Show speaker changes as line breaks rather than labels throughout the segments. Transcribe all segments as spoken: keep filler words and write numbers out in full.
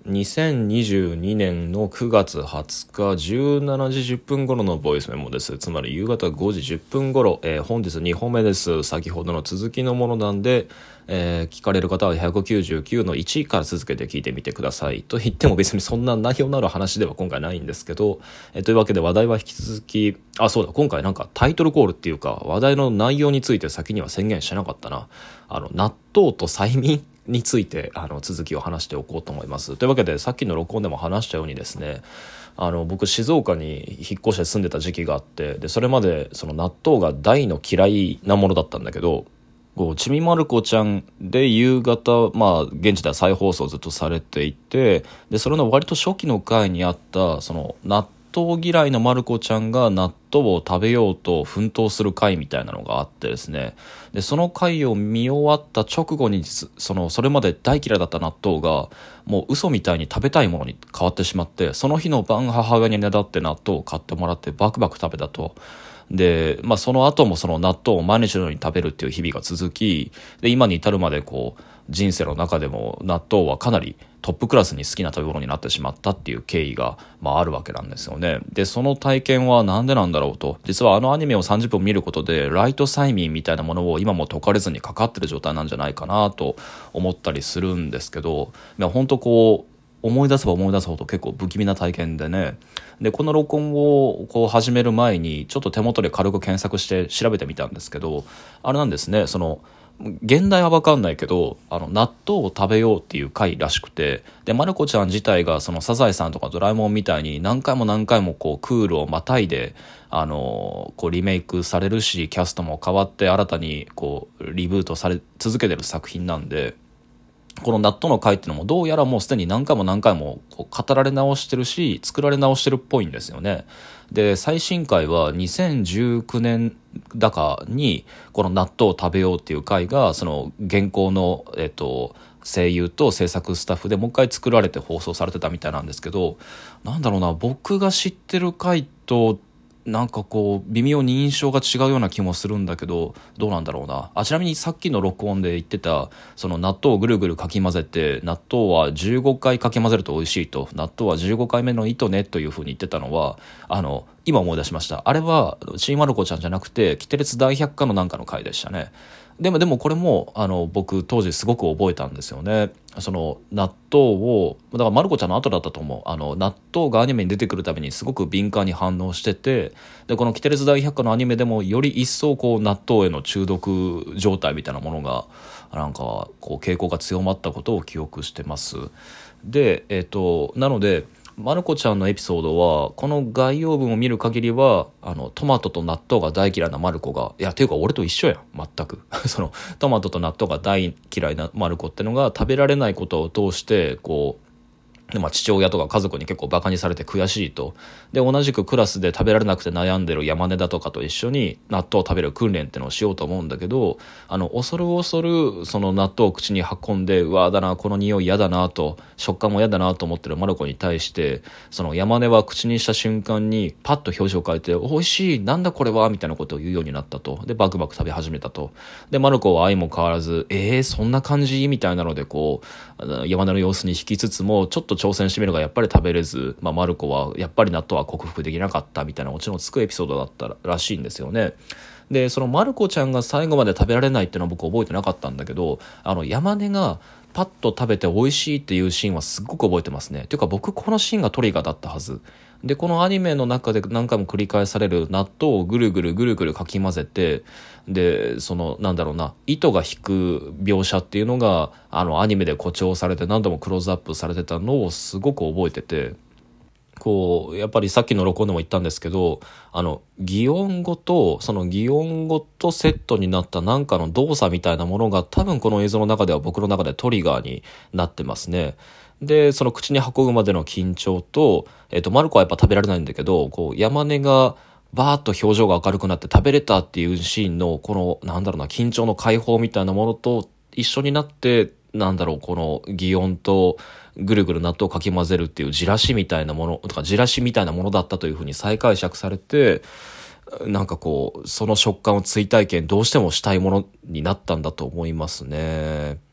にせんにじゅうにねんのくがつはつかじゅうしちじじゅっぷん頃のボイスメモです。つまり夕方ごじじゅっぷん頃、えー、本日にほんめです。先ほどの続きのものなんで、えー、聞かれる方はひゃくきゅうじゅうきゅうのいちから続けて聞いてみてください。と言っても別にそんな内容のある話では今回ないんですけど、えー、というわけで話題は引き続き、あ、そうだ、今回なんかタイトルコールっていうか話題の内容について先には宣言してなかったな。あの納豆と催眠についてあの続きを話しておこうと思います。というわけでさっきの録音でも話したようにですね、あの僕静岡に引っ越して住んでた時期があって、でそれまでその納豆が大の嫌いなものだったんだけど、こうちびまる子ちゃんで夕方、まあ現地では再放送ずっとされていて、でそれの割と初期の回にあったその納豆嫌いのまる子ちゃんが納豆を食べようと奮闘する回みたいなのがあってですね、でその回を見終わった直後にそのそれまで大嫌いだった納豆がもう嘘みたいに食べたいものに変わってしまって、その日の晩母親にねだって納豆を買ってもらってバクバク食べたと。で、まあ、その後もその納豆を毎日のように食べるっていう日々が続き、で今に至るまでこう人生の中でも納豆はかなりトップクラスに好きな食べ物になってしまったっていう経緯が、まあ、あるわけなんですよね。でその体験はなんでなんだろうと、実はあのアニメをさんじゅっぷん見ることでライト催眠みたいなものを今も解かれずにかかってる状態なんじゃないかなと思ったりするんですけど、いや本当こう思い出せば思い出すほど結構不気味な体験でね。でこの録音をこう始める前にちょっと手元で軽く検索して調べてみたんですけど、あれなんですね、その現代は分かんないけどあの納豆を食べようっていう回らしくて、でまる子ちゃん自体がそのサザエさんとかドラえもんみたいに何回も何回もこうクールをまたいであのこうリメイクされるし、キャストも変わって新たにこうリブートされ続けてる作品なんで、この納豆の回っていうのもどうやらもうすでに何回も何回もこう語られ直してるし作られ直してるっぽいんですよね。で最新回はにせんじゅうきゅうねんだかにこの納豆を食べようっていう回がその現行の、えっと、声優と制作スタッフでもう一回作られて放送されてたみたいなんですけど、なんだろうな、僕が知ってる回となんかこう微妙に印象が違うような気もするんだけど、どうなんだろうなあ。ちなみにさっきの録音で言ってたその納豆をぐるぐるかき混ぜて、納豆はじゅうごかいかき混ぜると美味しいと、納豆はじゅうごかいめの糸ねというふうに言ってたのは、あの今思い出しました。あれはちいまる子ちゃんじゃなくてキテレツ大百科のなんかの回でしたね。でもでもこれもあの僕当時すごく覚えたんですよね。その納豆をだからまる子ちゃんの後だったと思う、あの納豆がアニメに出てくるたびにすごく敏感に反応してて、でこのキテレツ大百科のアニメでもより一層こう納豆への中毒状態みたいなものがなんかこう傾向が強まったことを記憶してます。でえっとなのでまる子ちゃんのエピソードはこの概要文を見る限りはあのトマトと納豆が大嫌いなまる子が、いやていうか俺と一緒やん全くそのトマトと納豆が大嫌いなまる子ってのが食べられないことを通してこうでまあ、父親とか家族に結構バカにされて悔しいと。で同じくクラスで食べられなくて悩んでる山根だとかと一緒に納豆を食べる訓練ってのをしようと思うんだけど、あの恐る恐るその納豆を口に運んで、うわーだなこの匂い嫌だなと、食感も嫌だなと思ってるマルコに対して、その山根は口にした瞬間にパッと表情を変えて、美味しいなんだこれはみたいなことを言うようになったと。でバクバク食べ始めたと。でマルコは相も変わらず、えーそんな感じみたいなのでこう山根の様子に引きつつもちょっと挑戦してみるがやっぱり食べれず、まあ、マルコはやっぱり納豆は克服できなかったみたいなオチのつくエピソードだったらしいんですよね。でそのマルコちゃんが最後まで食べられないっていうのは僕覚えてなかったんだけど、あの山根がパッと食べて美味しいっていうシーンはすっごく覚えてますね。というか僕このシーンがトリガーだったはずで、このアニメの中で何回も繰り返される納豆をぐるぐるぐるぐるかき混ぜて、でそのなんだろうな糸が引く描写っていうのがあのアニメで誇張されて何度もクローズアップされてたのをすごく覚えてて、こうやっぱりさっきの録音でも言ったんですけど、あの擬音語とその擬音語とセットになった何かの動作みたいなものが多分この映像の中では僕の中でトリガーになってますね。でその口に運ぶまでの緊張と、えっと、マルコはやっぱ食べられないんだけど、こう山根がバーッと表情が明るくなって食べれたっていうシーンのこのなんだろうな緊張の解放みたいなものと一緒になって、なんだろうこの擬音とぐるぐる納豆をかき混ぜるっていうじらしみたいなものとかじらしみたいなものだったというふうに再解釈されて、なんかこうその食感を追体験どうしてもしたいものになったんだと思いますね。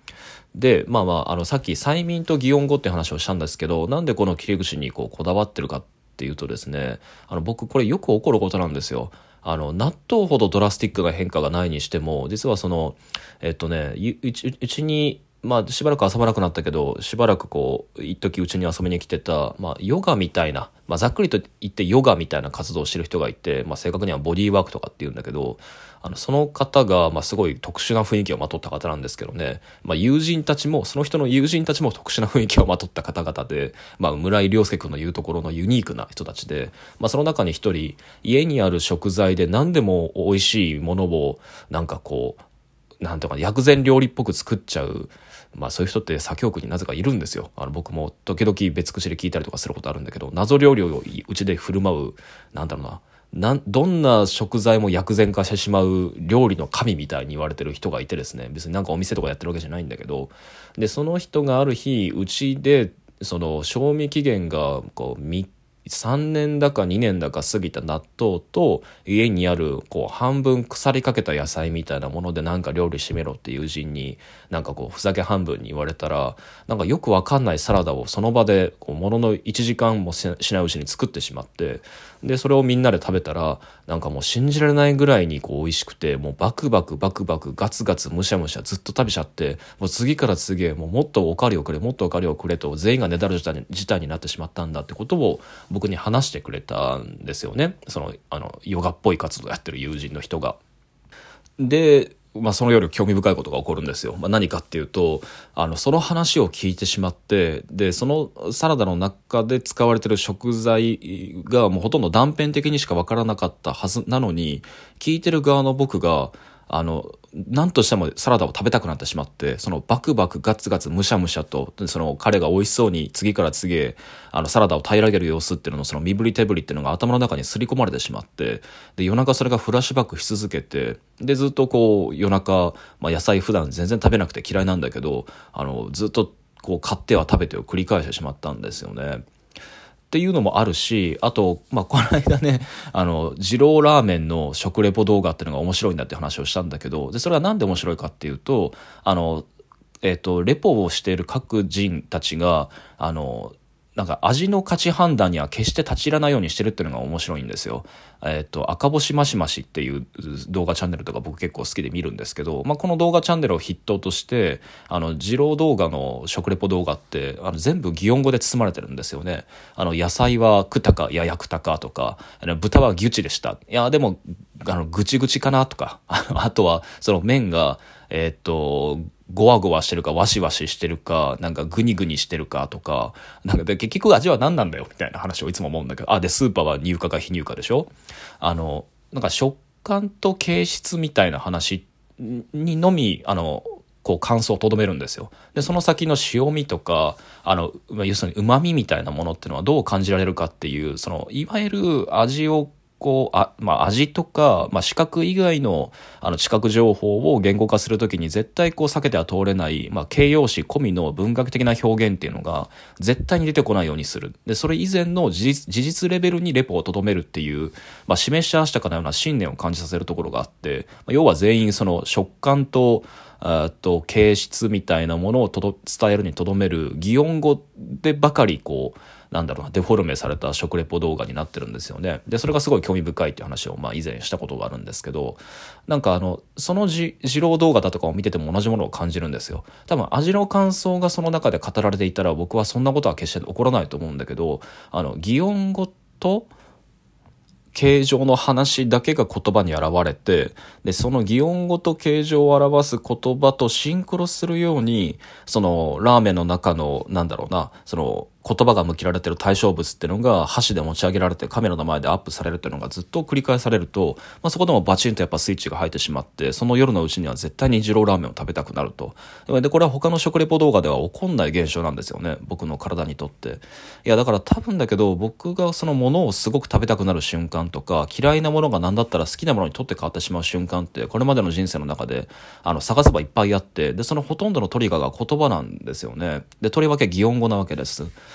で、まあまあ、あの、さっき催眠と擬音語って話をしたんですけど、なんでこの切り口にこうこだわってるかっていうとですね、あの、僕これよく起こることなんですよ。あの、納豆ほどドラスティックな変化がないにしても、実はその、えっとね、ゆうち、うちに、まあ、しばらく遊ばなくなったけど、しばらくこう、一時うちに遊びに来てた、まあ、ヨガみたいな、まあ、ざっくりと言ってヨガみたいな活動をしてる人がいて、まあ、正確にはボディーワークとかって言うんだけど、あの、その方が、まあ、すごい特殊な雰囲気をまとった方なんですけどね、まあ、友人たちも、その人の友人たちも特殊な雰囲気をまとった方々で、まあ、村井亮介君の言うところのユニークな人たちで、まあ、その中に一人、家にある食材で何でも美味しいものを、なんかこう、なんとか薬膳料理っぽく作っちゃう、まあそういう人って左京区になぜかいるんですよ。あの僕も時々別口で聞いたりとかすることあるんだけど、謎料理をうちで振る舞う、なんだろうな、なんどんな食材も薬膳化してしまう料理の神みたいに言われてる人がいてですね、別になんかお店とかやってるわけじゃないんだけど、でその人がある日うちでその賞味期限がこうみさんねんだかにねんだか過ぎた納豆と家にあるこう半分腐りかけた野菜みたいなものでなんか料理しめろって友人になんかこうふざけ半分に言われたら、なんかよくわかんないサラダをその場でこうもののいちじかんもしないうちに作ってしまって、でそれをみんなで食べたらなんかもう信じられないぐらいにこう美味しくて、もうバクバクバクバクガツガツむしゃむしゃずっと食べちゃって、もう次から次へもうもっとおかわりをくれもっとおかわりをくれと全員がねだる事態に事態になってしまったんだってことを僕に話してくれたんですよね。そのあのヨガっぽい活動やってる友人の人が。で、まあ、その夜興味深いことが起こるんですよ。まあ、何かっていうと、あのその話を聞いてしまって、でそのサラダの中で使われてる食材がもうほとんど断片的にしか分からなかったはずなのに、聞いてる側の僕があの何としてもサラダを食べたくなってしまって、そのバクバクガツガツむしゃむしゃとその彼が美味しそうに次から次へあのサラダを平らげる様子っていうののその身振り手振りっていうのが頭の中に刷り込まれてしまって、で夜中それがフラッシュバックし続けて、でずっとこう夜中、まあ、野菜普段全然食べなくて嫌いなんだけど、あのずっとこう買っては食べてを繰り返してしまったんですよね。っていうのもあるし、あと、まあ、この間ね、あの、二郎ラーメンの食レポ動画っていうのが面白いんだって話をしたんだけど、で、それはなんで面白いかっていうと、あの、えっと、レポをしている各人たちが、あの、なんか味の価値判断には決して立ち入らないようにしてるっていうのが面白いんですよ。えっと、赤星マシマシっていう動画チャンネルとか僕結構好きで見るんですけど、まあ、この動画チャンネルを筆頭として、あの、二郎動画の食レポ動画って、あの、全部擬音語で包まれてるんですよね。あの、野菜は食ったか、いや、焼くたかとか、あの豚はギュチでした。いや、でも、あの、ぐちぐちかなとか、あとは、その麺が、えっと、ゴワゴワしてるかワシワシしてるかなんかグニグニしてるかとか、なんかで結局味は何なんだよみたいな話をいつも思うんだけど、あでスーパーは乳化か非乳化でしょ。あのなんか食感と形質みたいな話にのみあのこう感想をとどめるんですよ。でその先の塩味とかあの要するに旨味みたいなものっていうのはどう感じられるかっていうそのいわゆる味をこうあまあ、味とか、まあ、視覚以外のあの知覚情報を言語化するときに絶対こう避けては通れない、まあ、形容詞込みの文学的な表現っていうのが絶対に出てこないようにする。でそれ以前の事実、事実レベルにレポをとどめるっていう、まあ、示し合わせたかのような信念を感じさせるところがあって、まあ、要は全員その食感とあと形質みたいなものをとど伝えるにとどめる擬音語でばかりこうなんだろうなデフォルメされた食レポ動画になってるんですよね。でそれがすごい興味深いっていう話をまあ以前したことがあるんですけど、なんかあのそのじ二郎動画だとかを見てても同じものを感じるんですよ。多分味の感想がその中で語られていたら僕はそんなことは決して起こらないと思うんだけど、あの擬音語と形状の話だけが言葉に現れて、でその擬音語と形状を表す言葉とシンクロするようにそのラーメンの中のなんだろうなその言葉が向けられてる対象物っていうのが箸で持ち上げられてカメラの前でアップされるっていうのがずっと繰り返されると、まあ、そこでもバチンとやっぱスイッチが入ってしまって、その夜のうちには絶対に二郎ラーメンを食べたくなると。でこれは他の食レポ動画では起こんない現象なんですよね、僕の体にとって。いやだから多分だけど僕がそのものをすごく食べたくなる瞬間とか嫌いなものが何だったら好きなものに取って変わってしまう瞬間ってこれまでの人生の中であの探せばいっぱいあって、でそのほとんどのトリガーが言葉なんですよね。でとりわけ擬音語なわけです。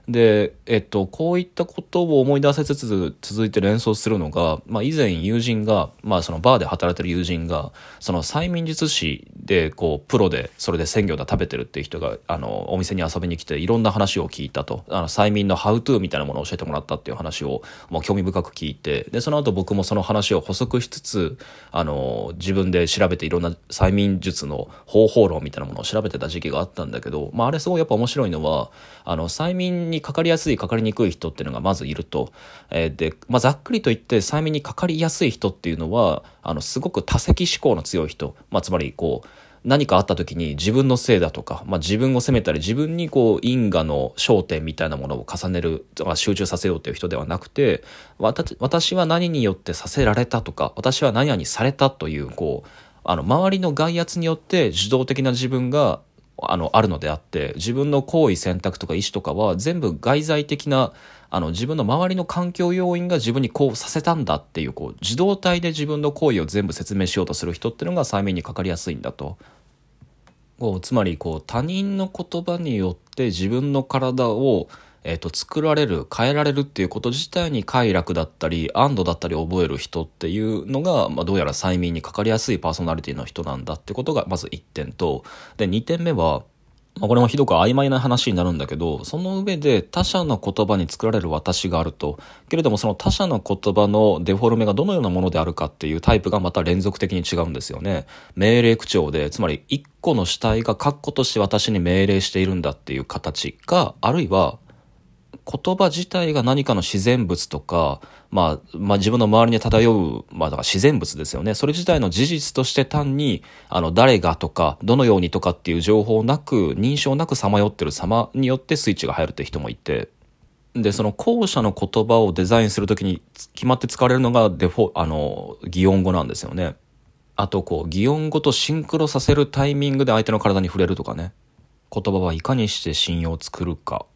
で、えっと、こういったことを思い出せつつ続いて連想するのが、まあ、以前友人が、まあ、そのバーで働いてる友人がその催眠術師でこうプロでそれで鮮魚だ食べてるっていう人があのお店に遊びに来ていろんな話を聞いたと、あの催眠のハウトゥーみたいなものを教えてもらったっていう話をもう興味深く聞いて、でその後僕もその話を補足しつつあの自分で調べていろんな催眠術の方法論みたいなものを調べてた時期があったんだけど、まあ、あれすごいやっぱ面白いのはあの催眠にかかりやすいかかりにくい人っていうのがまずいると、えー、で、まあ、ざっくりと言って催眠にかかりやすい人っていうのはあのすごく多責思考の強い人、まあ、つまりこう何かあった時に自分のせいだとか、まあ、自分を責めたり自分にこう因果の焦点みたいなものを重ねる、まあ、集中させようという人ではなくて、私私は何によってさせられたとか私は何々されたというこうあの周りの外圧によって受動的な自分があのあるのであって、自分の行為選択とか意思とかは全部外在的なあの自分の周りの環境要因が自分にこうさせたんだっていう、こう受動体で自分の行為を全部説明しようとする人っていうのが催眠にかかりやすいんだと。こうつまりこう他人の言葉によって自分の体を、えー、と作られる変えられるっていうこと自体に快楽だったり安堵だったり覚える人っていうのが、まあ、どうやら催眠にかかりやすいパーソナリティの人なんだってことがまずいってんと、でにてんめはまあ、これもひどく曖昧な話になるんだけど、その上で他者の言葉に作られる私があると。けれどもその他者の言葉のデフォルメがどのようなものであるかっていうタイプがまた連続的に違うんですよね。命令口調で、つまり一個の主体が括弧として私に命令しているんだっていう形か、あるいは言葉自体が何かの自然物とか、まあ、まあ自分の周りに漂う、まあだから自然物ですよね。それ自体の事実として単に、あの誰がとか、どのようにとかっていう情報なく、認証なくさまよってる様によってスイッチが入るって人もいて、で、その後者の言葉をデザインするときに決まって使われるのがデフォ、あの、擬音語なんですよね。あと、こう、擬音語とシンクロさせるタイミングで相手の体に触れるとかね。言葉はいかにして信用を作るか。